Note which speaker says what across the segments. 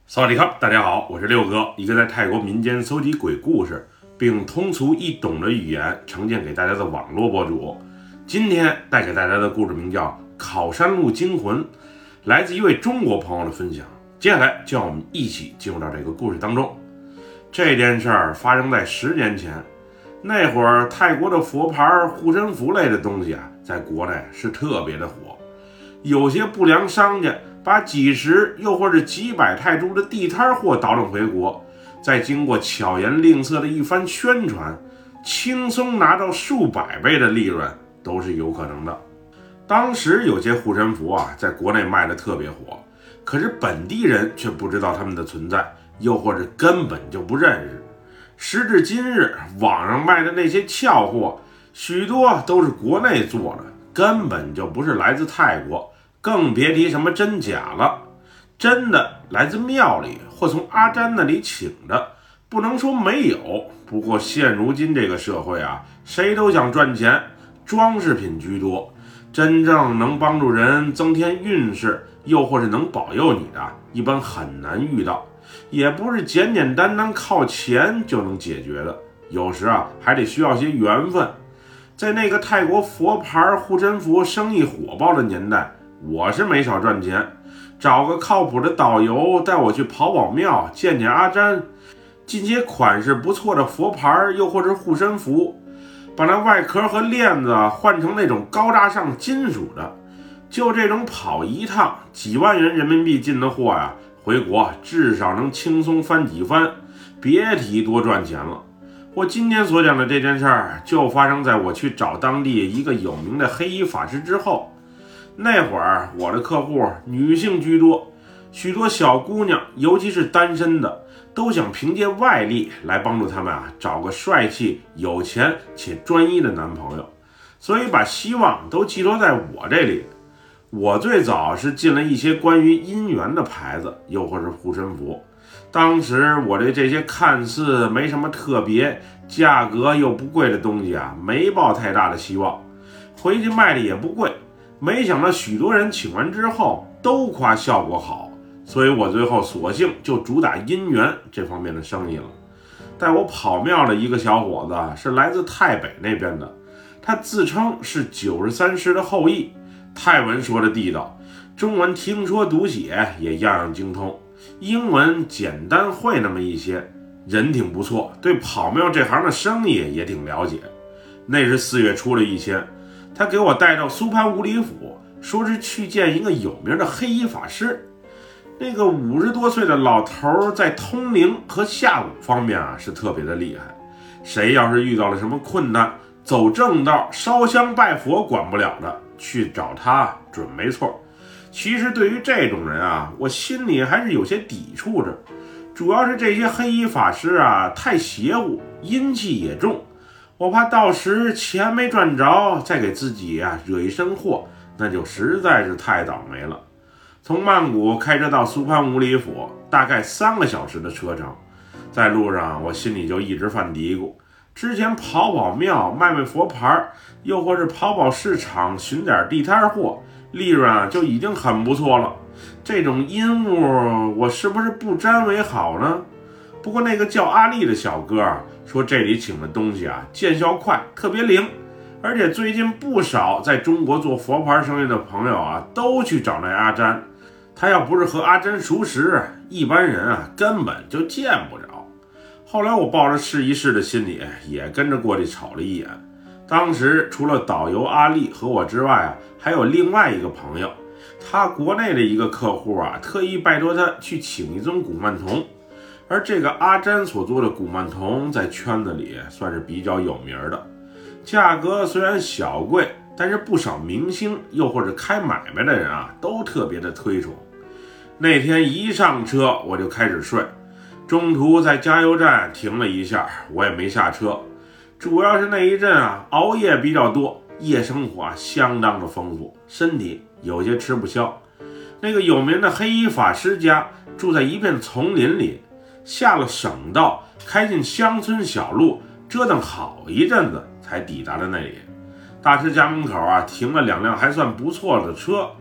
Speaker 1: 萨瓦迪卡，大家好，我是六哥，一个在泰国民间搜集鬼故事并通俗易懂的语言呈现给大家的网络博主。今天带给大家的故事名叫《考山路惊魂》，来自一位中国朋友的分享。接下来就让我们一起进入到这个故事当中。这件事儿发生在10年前，那会儿泰国的佛牌、护身符类的东西啊，在国内是特别的火。有些不良商家把几十又或者几百泰铢的地摊货倒腾回国，再经过巧言令色的一番宣传，轻松拿到数百倍的利润都是有可能的。当时有些护身符啊，在国内卖的特别火，可是本地人却不知道他们的存在，又或者根本就不认识。时至今日，网上卖的那些俏货，许多都是国内做的，根本就不是来自泰国，更别提什么真假了。真的来自庙里或从阿詹那里请的，不能说没有。不过现如今这个社会啊，谁都想赚钱，装饰品居多，真正能帮助人增添运势，又或是能保佑你的，一般很难遇到，也不是简简单单靠钱就能解决的，有时啊还得需要些缘分。在那个泰国佛牌护身符生意火爆的年代，我是没少赚钱，找个靠谱的导游带我去跑跑庙，见见阿詹，进些款式不错的佛牌又或是护身符，把那外壳和链子换成那种高大上金属的。就这种跑一趟几万元人民币进的货呀，回国至少能轻松翻几番，别提多赚钱了。我今天所讲的这件事儿，就发生在我去找当地一个有名的黑衣法师之后。那会儿我的客户女性居多，许多小姑娘，尤其是单身的，都想凭借外力来帮助他们找个帅气、有钱且专一的男朋友，所以把希望都寄托在我这里。我最早是进了一些关于姻缘的牌子，又或是护身符。当时我对这些看似没什么特别，价格又不贵的东西没抱太大的希望，回去卖的也不贵。没想到许多人请完之后都夸效果好，所以我最后索性就主打姻缘这方面的生意了。带我跑庙的一个小伙子是来自泰北那边的，他自称是93师的后裔，泰文说的地道，中文听说读写也样样精通，英文简单会那么一些，人挺不错，对跑庙这行的生意也挺了解。那是4月初的一天，他给我带到苏潘五里府，说是去见一个有名的黑衣法师。那个50多岁的老头在通灵和下蛊方面是特别的厉害，谁要是遇到了什么困难，走正道烧香拜佛管不了的，去找他准没错。其实对于这种人我心里还是有些抵触着，主要是这些黑衣法师太邪乎，阴气也重，我怕到时钱没赚着，再给自己惹一身祸，那就实在是太倒霉了。从曼谷开车到苏潘五里府，大概3个小时的车程，在路上我心里就一直犯嘀咕，之前跑跑庙卖卖佛牌，又或是跑跑市场寻点地摊货，利润就已经很不错了，这种阴物我是不是不沾为好呢？不过那个叫阿力的小哥说，这里请的东西见效快，特别灵，而且最近不少在中国做佛牌生意的朋友都去找那阿詹，他要不是和阿詹熟识，一般人根本就见不着。后来我抱着试一试的心理，也跟着过去瞅了一眼。当时除了导游阿力和我之外还有另外一个朋友，他国内的一个客户特意拜托他去请一尊古曼童，而这个阿詹所做的古曼童在圈子里算是比较有名的，价格虽然小贵，但是不少明星又或者开买卖的人都特别的推崇。那天一上车我就开始睡，中途在加油站停了一下，我也没下车，主要是那一阵熬夜比较多，夜生活相当的丰富，身体有些吃不消。那个有名的黑衣法师家住在一片丛林里，下了省道，开进乡村小路，折腾好一阵子才抵达了那里。大师家门口停了2辆还算不错的车，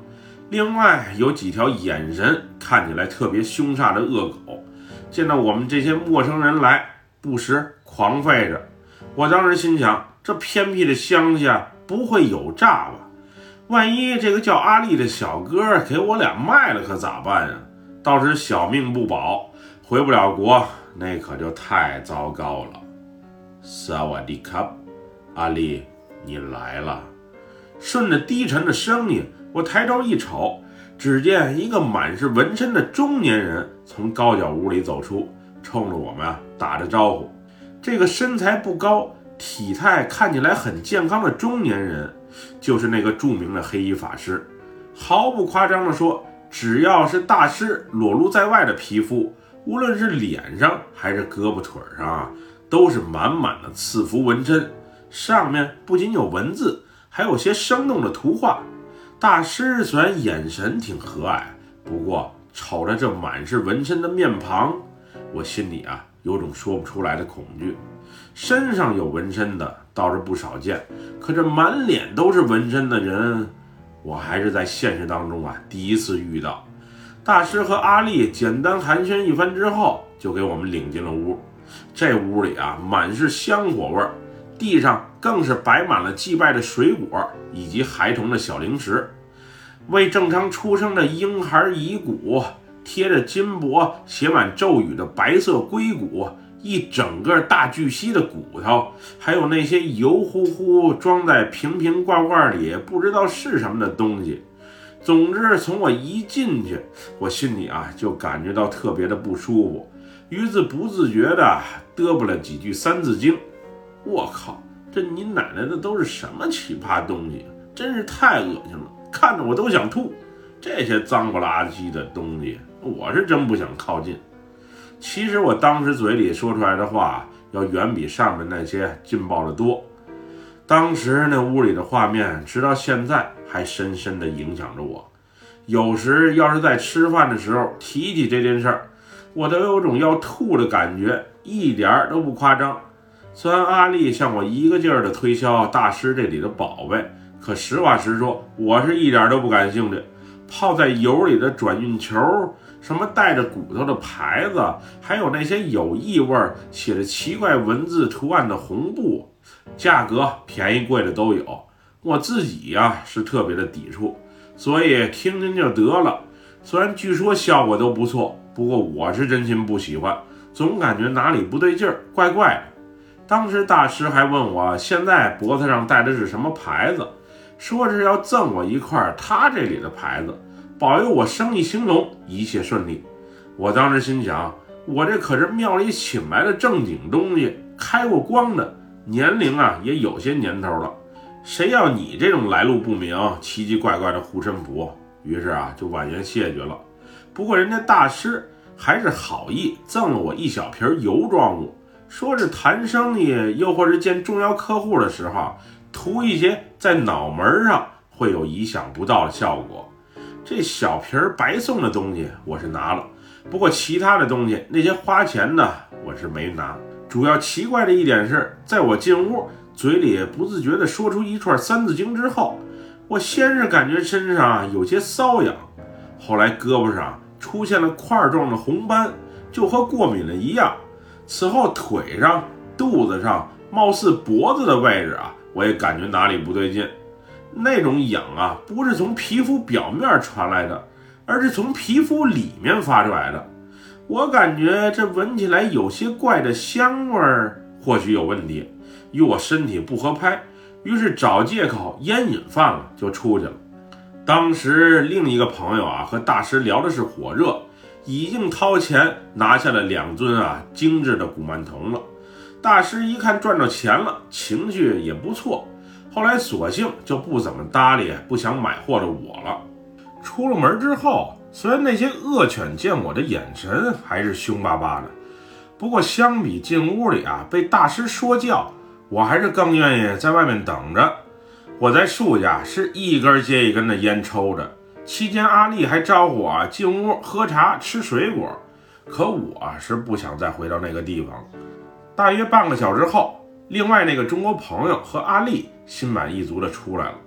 Speaker 1: 另外有几条眼神看起来特别凶煞的恶狗，见到我们这些陌生人来，不时狂吠着。我当时心想，这偏僻的乡下不会有诈吧？万一这个叫阿力的小哥给我俩卖了可咋办啊？到时小命不保，回不了国，那可就太糟糕了。萨瓦迪卡，阿力，你来了。顺着低沉的声音，我抬头一瞅，只见一个满是纹身的中年人从高脚屋里走出，冲着我们打着招呼。这个身材不高，体态看起来很健康的中年人，就是那个著名的黑衣法师。毫不夸张地说，只要是大师裸露在外的皮肤，无论是脸上还是胳膊腿上都是满满的刺符纹身，上面不仅有文字，还有些生动的图画。大师虽然眼神挺和蔼，不过瞅着这满是纹身的面庞，我心里有种说不出来的恐惧。身上有纹身的倒是不少见，可这满脸都是纹身的人，我还是在现实当中第一次遇到。大师和阿力简单寒暄一番之后，就给我们领进了屋。这屋里满是香火味，地上更是摆满了祭拜的水果以及孩童的小零食。为正常出生的婴孩遗骨，贴着金箔写满咒语的白色龟骨，一整个大巨蜥的骨头，还有那些油乎乎装在瓶瓶罐罐里不知道是什么的东西。总之从我一进去，我心里就感觉到特别的不舒服，于是不自觉的嘚啵了几句三字经。我靠，这你奶奶的都是什么奇葩东西，真是太恶心了，看着我都想吐。这些脏不拉几的东西，我是真不想靠近。其实我当时嘴里说出来的话要远比上面那些劲爆的多。当时那屋里的画面直到现在还深深地影响着我，有时要是在吃饭的时候提起这件事儿，我都有种要吐的感觉，一点都不夸张。虽然阿力向我一个劲儿地推销大师这里的宝贝，可实话实说，我是一点都不感兴趣。泡在油里的转运球，什么带着骨头的牌子，还有那些有异味写着奇怪文字图案的红布，价格便宜贵的都有。我自己是特别的抵触，所以听听就得了。虽然据说效果都不错，不过我是真心不喜欢，总感觉哪里不对劲儿，怪怪的。当时大师还问我现在脖子上戴的是什么牌子，说是要赠我一块他这里的牌子，保佑我生意兴隆，一切顺利。我当时心想，我这可是庙里请来的正经东西，开过光的，年龄也有些年头了，谁要你这种来路不明奇奇怪怪的护身符？于是就婉言谢绝了。不过人家大师还是好意赠了我一小瓶油状物，说是谈生意又或是见重要客户的时候涂一些在脑门上会有意想不到的效果。这小瓶白送的东西我是拿了，不过其他的东西那些花钱的我是没拿。主要奇怪的一点是，在我进屋嘴里不自觉地说出一串三字经之后，我先是感觉身上有些瘙痒，后来胳膊上出现了块状的红斑，就和过敏了一样。此后腿上、肚子上，貌似脖子的位置我也感觉哪里不对劲。那种痒不是从皮肤表面传来的，而是从皮肤里面发出来的。我感觉这闻起来有些怪的香味儿，或许有问题，与我身体不合拍，于是找借口烟瘾犯了，就出去了。当时另一个朋友和大师聊的是火热，已经掏钱拿下了2尊精致的古曼童了。大师一看赚到钱了，情绪也不错，后来索性就不怎么搭理不想买货的我了。出了门之后，虽然那些恶犬见我的眼神还是凶巴巴的，不过相比进屋里被大师说教，我还是更愿意在外面等着。我在树下是一根接一根的烟抽着，期间阿力还招呼我进屋喝茶吃水果，可我是不想再回到那个地方。大约半个小时后，另外那个中国朋友和阿力心满意足的出来了。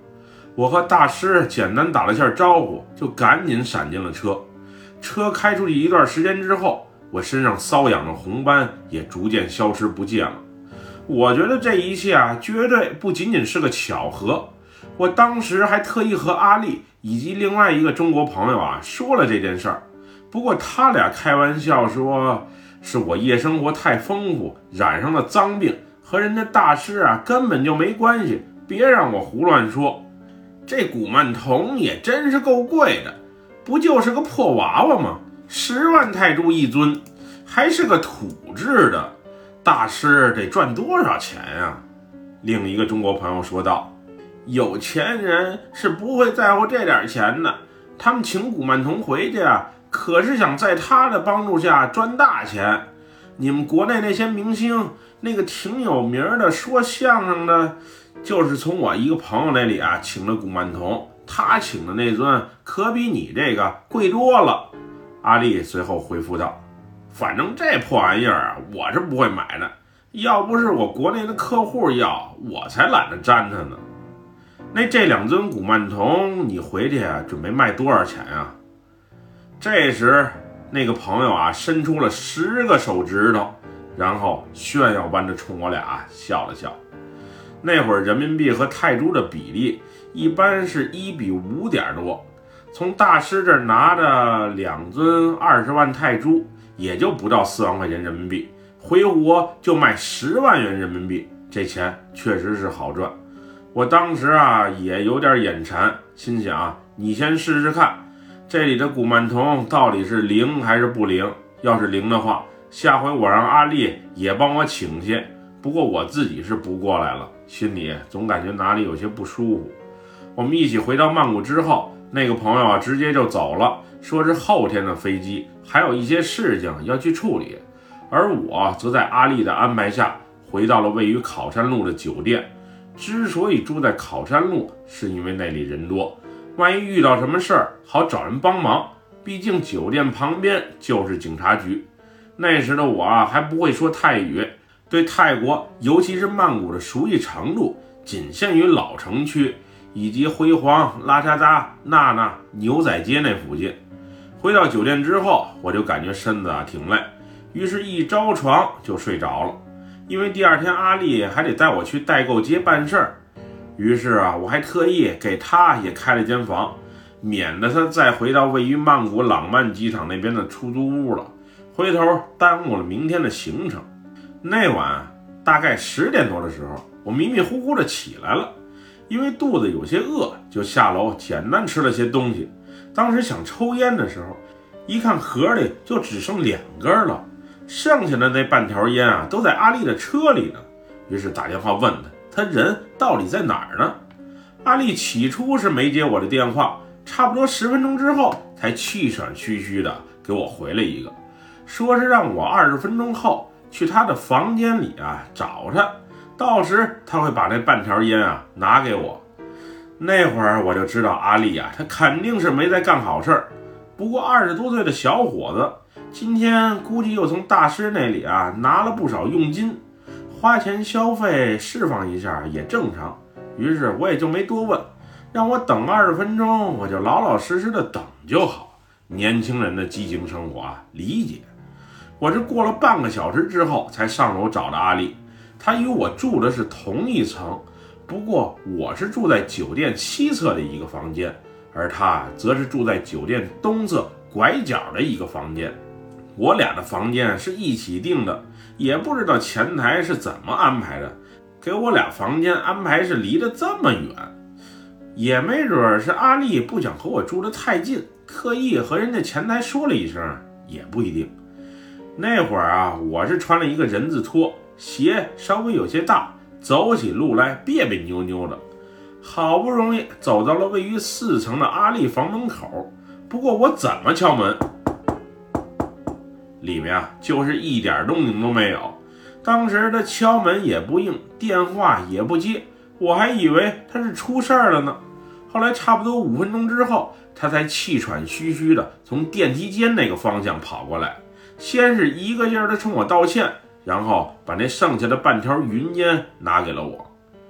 Speaker 1: 我和大师简单打了下招呼，就赶紧闪进了车。车开出去一段时间之后，我身上瘙痒的红斑也逐渐消失不见了。我觉得这一切绝对不仅仅是个巧合。我当时还特意和阿丽以及另外一个中国朋友说了这件事儿，不过他俩开玩笑说是我夜生活太丰富，染上了脏病，和人家大师根本就没关系，别让我胡乱说。这古曼童也真是够贵的，不就是个破娃娃吗？10万泰铢一尊，还是个土制的，大师得赚多少钱呀？另一个中国朋友说道：有钱人是不会在乎这点钱的，他们请古曼童回去可是想在他的帮助下赚大钱。你们国内那些明星，那个挺有名的说相声的，就是从我一个朋友那里请了古曼童，他请的那尊可比你这个贵多了。阿丽随后回复道：反正这破玩意儿我是不会买的，要不是我国内的客户要，我才懒得沾它呢。那这2尊古曼童你回去准备卖多少钱啊？这时那个朋友伸出了10个手指头，然后炫耀般的冲我俩笑了笑。那会儿人民币和泰铢的比例一般是1比5点多，从大师这儿拿的2尊20万泰铢，也就不到4万块钱人民币，回国就卖10万元人民币，这钱确实是好赚。我当时也有点眼馋，心想你先试试看，这里的古曼童到底是灵还是不灵？要是灵的话，下回我让阿丽也帮我请些。不过我自己是不过来了，心里总感觉哪里有些不舒服。我们一起回到曼谷之后，那个朋友直接就走了，说是后天的飞机，还有一些事情要去处理。而我则在阿丽的安排下回到了位于考山路的酒店。之所以住在考山路，是因为那里人多，万一遇到什么事儿好找人帮忙，毕竟酒店旁边就是警察局。那时的我还不会说泰语，对泰国尤其是曼谷的熟悉程度仅限于老城区以及辉煌、拉扎达、娜娜、牛仔街那附近。回到酒店之后，我就感觉身子挺累，于是一着床就睡着了。因为第二天阿丽还得带我去代购街办事儿，于是我还特意给她也开了间房，免得她再回到位于曼谷朗曼机场那边的出租屋了，回头耽误了明天的行程。那晚大概10点多的时候，我迷迷糊糊的起来了，因为肚子有些饿，就下楼简单吃了些东西。当时想抽烟的时候，一看盒里就只剩2根了，剩下的那半条烟都在阿丽的车里呢。于是打电话问他人到底在哪儿呢？阿丽起初是没接我的电话，差不多10分钟之后才气喘吁吁的给我回了一个，说是让我20分钟后去他的房间里找他，到时他会把那半条烟拿给我。那会儿我就知道阿丽他肯定是没在干好事儿。不过20多岁的小伙子，今天估计又从大师那里拿了不少佣金，花钱消费释放一下也正常。于是我也就没多问，让我等20分钟，我就老老实实的等就好。年轻人的激情生活理解。我是过了半个小时之后才上楼找的阿丽，她与我住的是同一层，不过我是住在酒店西侧的一个房间，而她则是住在酒店东侧拐角的一个房间。我俩的房间是一起订的，也不知道前台是怎么安排的，给我俩房间安排是离得这么远。也没准是阿丽不想和我住得太近，特意和人家前台说了一声，也不一定。那会儿我是穿了一个人字拖，鞋稍微有些大，走起路来别别扭扭的。好不容易走到了位于4层的阿丽房门口，不过我怎么敲门，里面就是一点动静都没有。当时他敲门也不应，电话也不接，我还以为他是出事儿了呢。后来差不多5分钟之后，他才气喘吁吁的从电梯间那个方向跑过来，先是一个劲儿的冲我道歉，然后把那剩下的半条云烟拿给了我。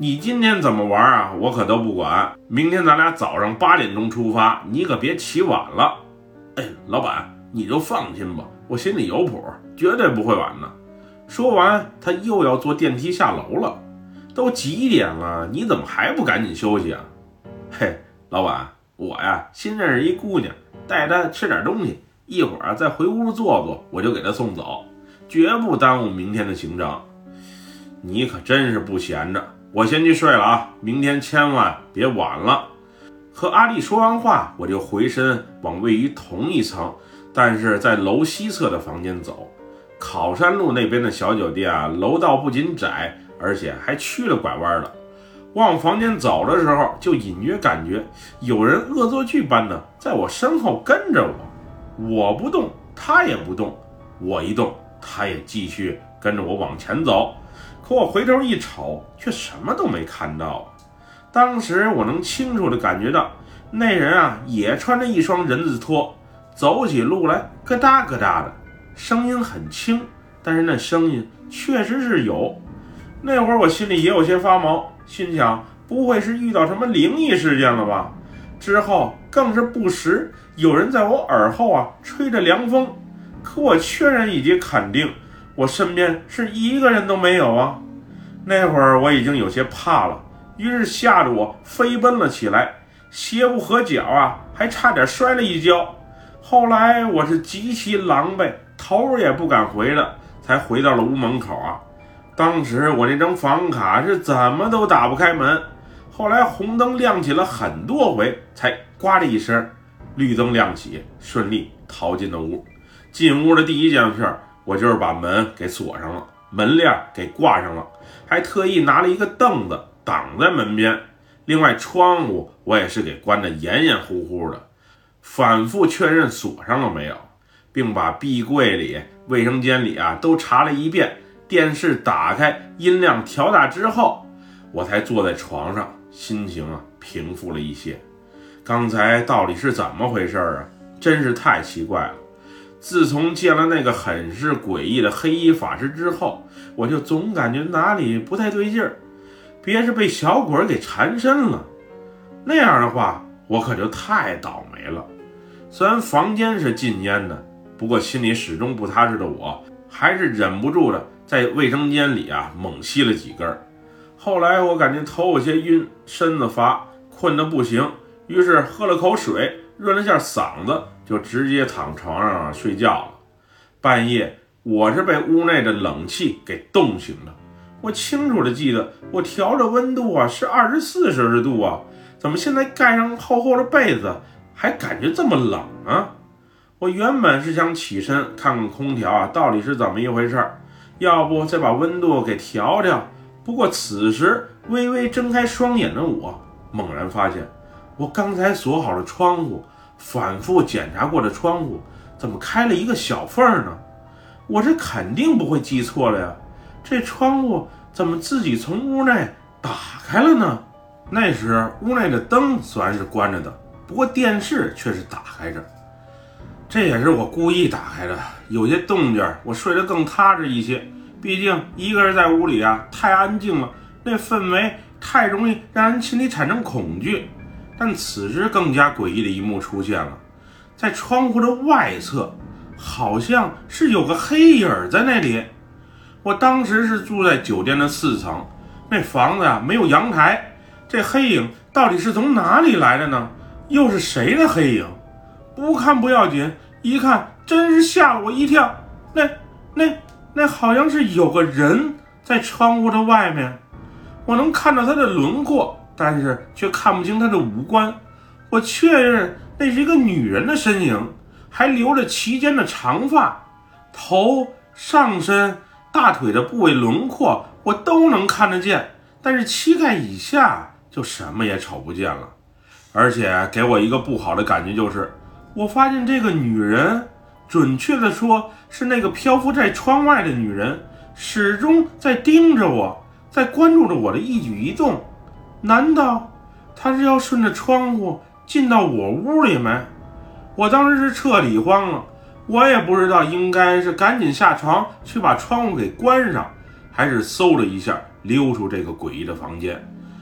Speaker 1: 你今天怎么玩啊？我可都不管。明天咱俩早上8点钟出发，你可别起晚了。哎，老板，你就放心吧，我心里有谱，绝对不会晚的。说完，他又要坐电梯下楼了。都几点了，你怎么还不赶紧休息啊？嘿，老板，我呀新认识一姑娘，带她吃点东西，一会儿再回屋坐坐，我就给她送走，绝不耽误明天的行程。你可真是不闲着，我先去睡了啊，明天千万别晚了。和阿丽说完话，我就回身往位于同一层，但是在楼西侧的房间走。考山路那边的小酒店啊，楼道不仅窄，而且还曲了拐弯的。往房间走的时候，就隐约感觉有人恶作剧般的在我身后跟着我。我不动，他也不动；我一动，他也继续跟着我往前走。可我回头一瞅，却什么都没看到。当时我能清楚地感觉到，那人啊也穿着一双人字拖，走起路来咯哒咯哒的，声音很轻，但是那声音确实是有。那会儿我心里也有些发毛，心想不会是遇到什么灵异事件了吧？之后更是不时有人在我耳后啊吹着凉风，可我确认以及肯定，我身边是一个人都没有啊。那会儿我已经有些怕了，于是吓得我飞奔了起来，鞋不合脚啊，还差点摔了一跤。后来我是极其狼狈，头也不敢回的，才回到了屋门口啊。当时我那张房卡是怎么都打不开门，后来红灯亮起了很多回，才呱的一声，绿灯亮起，顺利逃进了屋。进屋的第一件事，我就是把门给锁上了，门链给挂上了，还特意拿了一个凳子挡在门边。另外窗户我也是给关得严严乎乎的，反复确认锁上了没有，并把壁柜里、卫生间里啊都查了一遍。电视打开，音量调大之后，我才坐在床上，心情啊平复了一些。刚才到底是怎么回事啊？真是太奇怪了。自从见了那个很是诡异的黑衣法师之后，我就总感觉哪里不太对劲儿，别是被小鬼给缠身了。那样的话，我可就太倒霉了。虽然房间是禁烟的，不过心里始终不踏实的我，还是忍不住的在卫生间里啊猛吸了几根。后来我感觉头有些晕，身子乏，困得不行，于是喝了口水，润了下嗓子，就直接躺床上睡觉了。半夜我是被屋内的冷气给冻醒的。我清楚的记得我调的温度啊是24摄氏度啊，怎么现在盖上厚厚的被子还感觉这么冷啊？我原本是想起身看看空调啊到底是怎么一回事，要不再把温度给调调。不过此时微微睁开双眼的我，猛然发现我刚才锁好的窗户，反复检查过的窗户，怎么开了一个小缝呢？我这肯定不会记错了呀，这窗户怎么自己从屋内打开了呢？那时屋内的灯虽然是关着的，不过电视却是打开着。这也是我故意打开的，有些动静我睡得更踏实一些，毕竟一个人在屋里啊太安静了，那氛围太容易让人心里产生恐惧。但此时更加诡异的一幕出现了，在窗户的外侧好像是有个黑影在那里。我当时是住在酒店的4层，那房子啊没有阳台，这黑影到底是从哪里来的呢？又是谁的黑影？不看不要紧，一看真是吓了我一跳。那好像是有个人在窗户的外面，我能看到他的轮廓，但是却看不清他的五官。我确认那是一个女人的身影，还留着齐肩的长发，头、上身、大腿的部位轮廓我都能看得见，但是膝盖以下就什么也瞅不见了。而且给我一个不好的感觉就是，我发现这个女人，准确的说是那个漂浮在窗外的女人，始终在盯着我，在关注着我的一举一动。难道她是要顺着窗户进到我屋里没？我当时是彻底慌了，我也不知道应该是赶紧下床去把窗户给关上，还是嗖的一下溜出这个诡异的房间。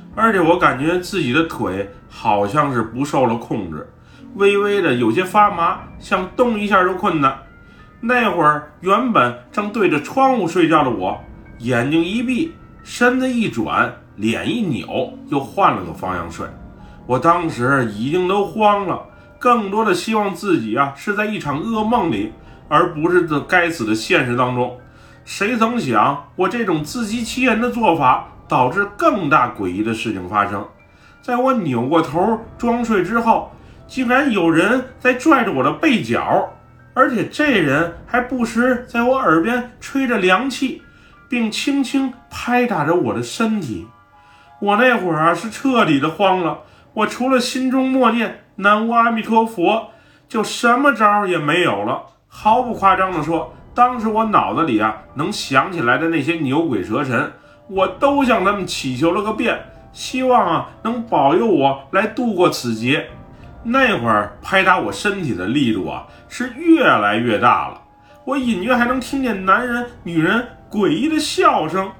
Speaker 1: 而且我感觉自己的腿好像是不受了控制，微微的有些发麻，想动一下都困难。那会儿原本正对着窗户睡觉的我，眼睛一闭，身子一转，脸一扭，又换了个方向睡。我当时已经都慌了，更多的希望自己是在一场噩梦里，而不是这该死的现实当中。谁曾想我这种自欺欺人的做法导致更大诡异的事情发生。在我扭过头装睡之后，竟然有人在拽着我的背角，而且这人还不时在我耳边吹着凉气，并轻轻拍打着我的身体。我那会儿是彻底的慌了，我除了心中默念南无阿弥陀佛，就什么招也没有了。毫不夸张地说，当时我脑子里能想起来的那些牛鬼蛇神，我都向他们祈求了个遍，希望能保佑我来度过此劫。那会儿拍打我身体的力度是越来越大了，我隐约还能听见男人女人诡异的笑声，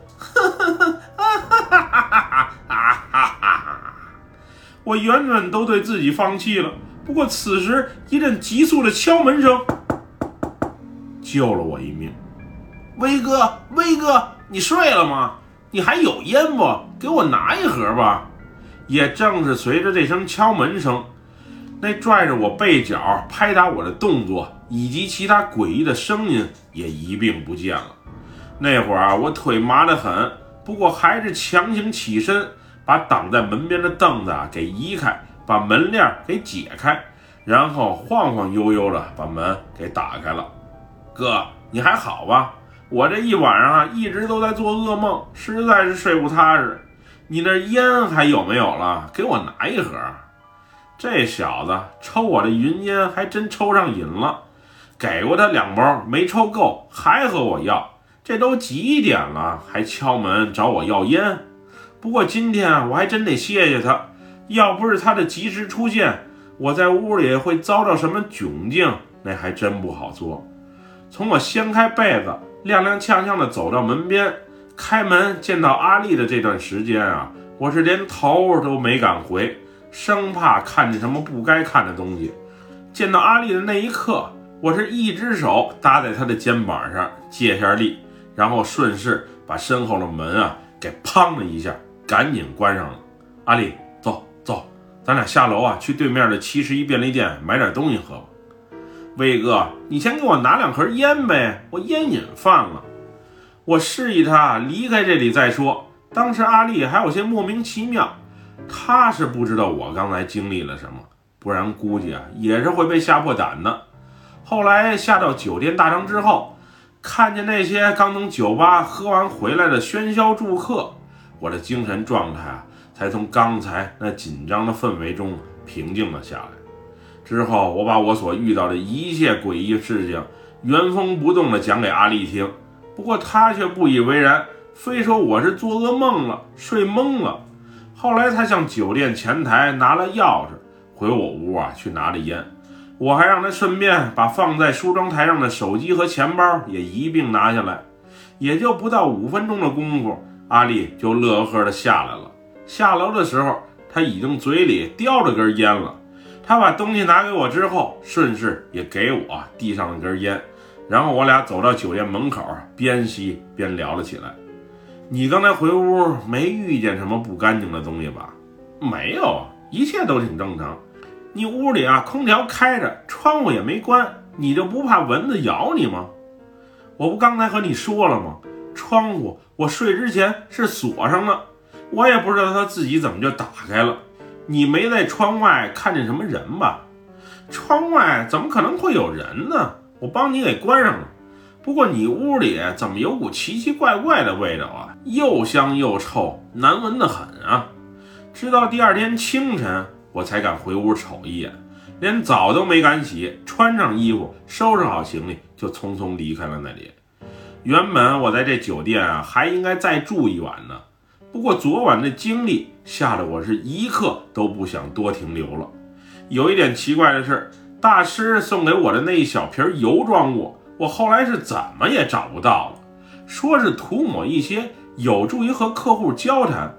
Speaker 1: 我原本都对自己放弃了，不过此时一阵急促的敲门声救了我一命。威哥，你睡了吗？你还有烟不？给我拿一盒吧。也正是随着这声敲门声，那拽着我背角拍打我的动作以及其他诡异的声音也一并不见了。那会儿我腿麻得很，不过还是强行起身，把挡在门边的凳子给移开，把门链给解开，然后晃晃悠悠的把门给打开了。哥，你还好吧？我这一晚上一直都在做噩梦，实在是睡不踏实。你那烟还有没有了？给我拿一盒。这小子抽我的云烟还真抽上瘾了，给过他2包没抽够，还和我要。这都几点了，还敲门找我要烟。不过今天我还真得谢谢他，要不是他的及时出现，我在屋里会遭到什么窘境，那还真不好说。从我掀开被子，踉踉跄跄地走到门边，开门见到阿丽的这段时间我是连头都没敢回，生怕看见什么不该看的东西。见到阿丽的那一刻，我是一只手搭在她的肩膀上借下力，然后顺势把身后的门给砰的一下赶紧关上了。阿丽，走，咱俩下楼去对面的71便利店买点东西喝吧。威哥，你先给我拿2盒烟呗，我烟瘾犯了。我示意他离开这里再说。当时阿丽还有些莫名其妙，他是不知道我刚才经历了什么，不然估计也是会被吓破胆的。后来下到酒店大堂之后，看见那些刚从酒吧喝完回来的喧嚣住客，我的精神状态才从刚才那紧张的氛围中平静了下来。之后我把我所遇到的一切诡异事情原封不动地讲给阿丽听，不过她却不以为然，非说我是做噩梦了，睡懵了。后来她向酒店前台拿了钥匙，回我屋去拿了烟，我还让她顺便把放在梳妆台上的手机和钱包也一并拿下来。也就不到5分钟的功夫，阿丽就乐呵地下来了。下楼的时候，她已经嘴里叼着根烟了。他把东西拿给我之后，顺势也给我递上了根烟，然后我俩走到酒店门口，边吸边聊了起来。你刚才回屋没遇见什么不干净的东西吧？没有，一切都挺正常。你屋里空调开着，窗户也没关，你就不怕蚊子咬你吗？我不刚才和你说了吗？窗户我睡之前是锁上的，我也不知道它自己怎么就打开了。你没在窗外看见什么人吧？窗外怎么可能会有人呢？我帮你给关上了。不过你屋里怎么有股奇奇怪怪的味道又香又臭，难闻得很啊。直到第2天清晨，我才敢回屋瞅一眼，连澡都没敢洗，穿上衣服，收拾好行李，就匆匆离开了那里。原本我在这酒店还应该再住一晚呢，不过昨晚的经历吓得我是一刻都不想多停留了。有一点奇怪的是，大师送给我的那一小瓶油状物，我后来是怎么也找不到了。说是涂抹一些有助于和客户交谈，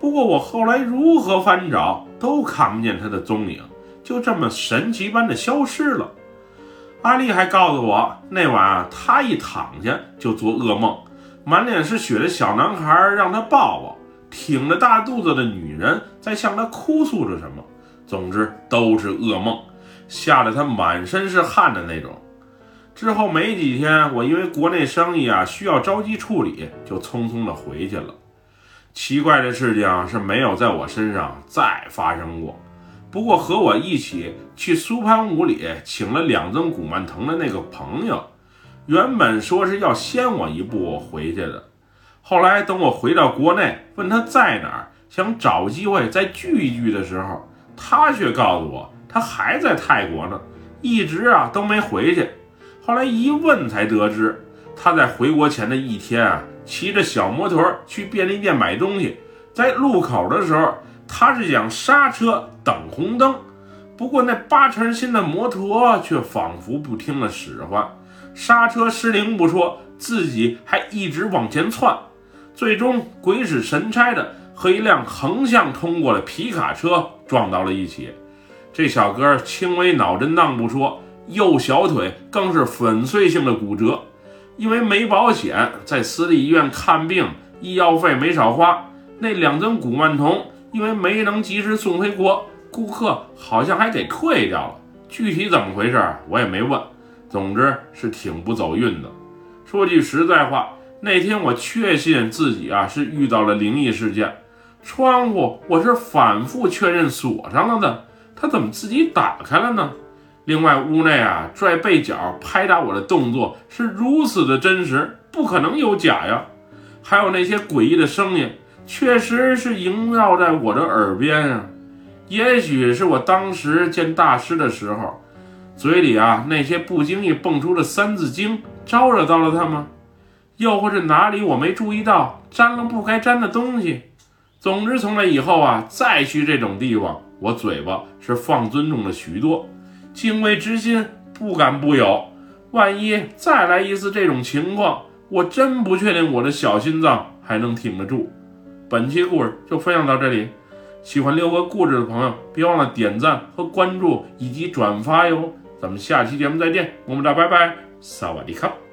Speaker 1: 不过我后来如何翻找都看不见他的踪影，就这么神奇般的消失了。阿丽还告诉我，那晚他一躺下就做噩梦，满脸是血的小男孩让他抱抱，挺着大肚子的女人在向他哭诉着什么，总之都是噩梦，吓得他满身是汗的那种。之后没几天，我因为国内生意需要着急处理，就匆匆的回去了。奇怪的事情是没有在我身上再发生过。不过和我一起去苏潘五里请了2尊古曼童的那个朋友，原本说是要先我一步回去的，后来等我回到国内问他在哪儿，想找机会再聚一聚的时候，他却告诉我他还在泰国呢，一直都没回去。后来一问才得知，他在回国前的一天骑着小摩托去便利店买东西，在路口的时候他是想刹车等红灯，不过那8成新的摩托却仿佛不听了使唤，刹车失灵不说，自己还一直往前窜，最终鬼使神差的和一辆横向通过的皮卡车撞到了一起。这小哥轻微脑震荡不说，右小腿更是粉碎性的骨折，因为没保险，在私立医院看病，医药费没少花。那2尊古曼童因为没能及时送回国，顾客好像还给退掉了，具体怎么回事我也没问，总之是挺不走运的。说句实在话，那天我确信自己是遇到了灵异事件，窗户我是反复确认锁上了的，他怎么自己打开了呢？另外屋内拽被角拍打我的动作是如此的真实，不可能有假呀。还有那些诡异的声音确实是萦绕在我的耳边也许是我当时见大师的时候，嘴里那些不经意蹦出的3字经招惹到了他吗？又或者哪里我没注意到沾了不该沾的东西？总之从那以后再去这种地方，我嘴巴是放尊重了许多，敬畏之心不敢不有。万一再来一次这种情况，我真不确定我的小心脏还能挺得住。本期故事就分享到这里，喜欢6个故事的朋友别忘了点赞和关注以及转发哟。咱们下期节目再见，我们的拜拜，萨瓦迪卡。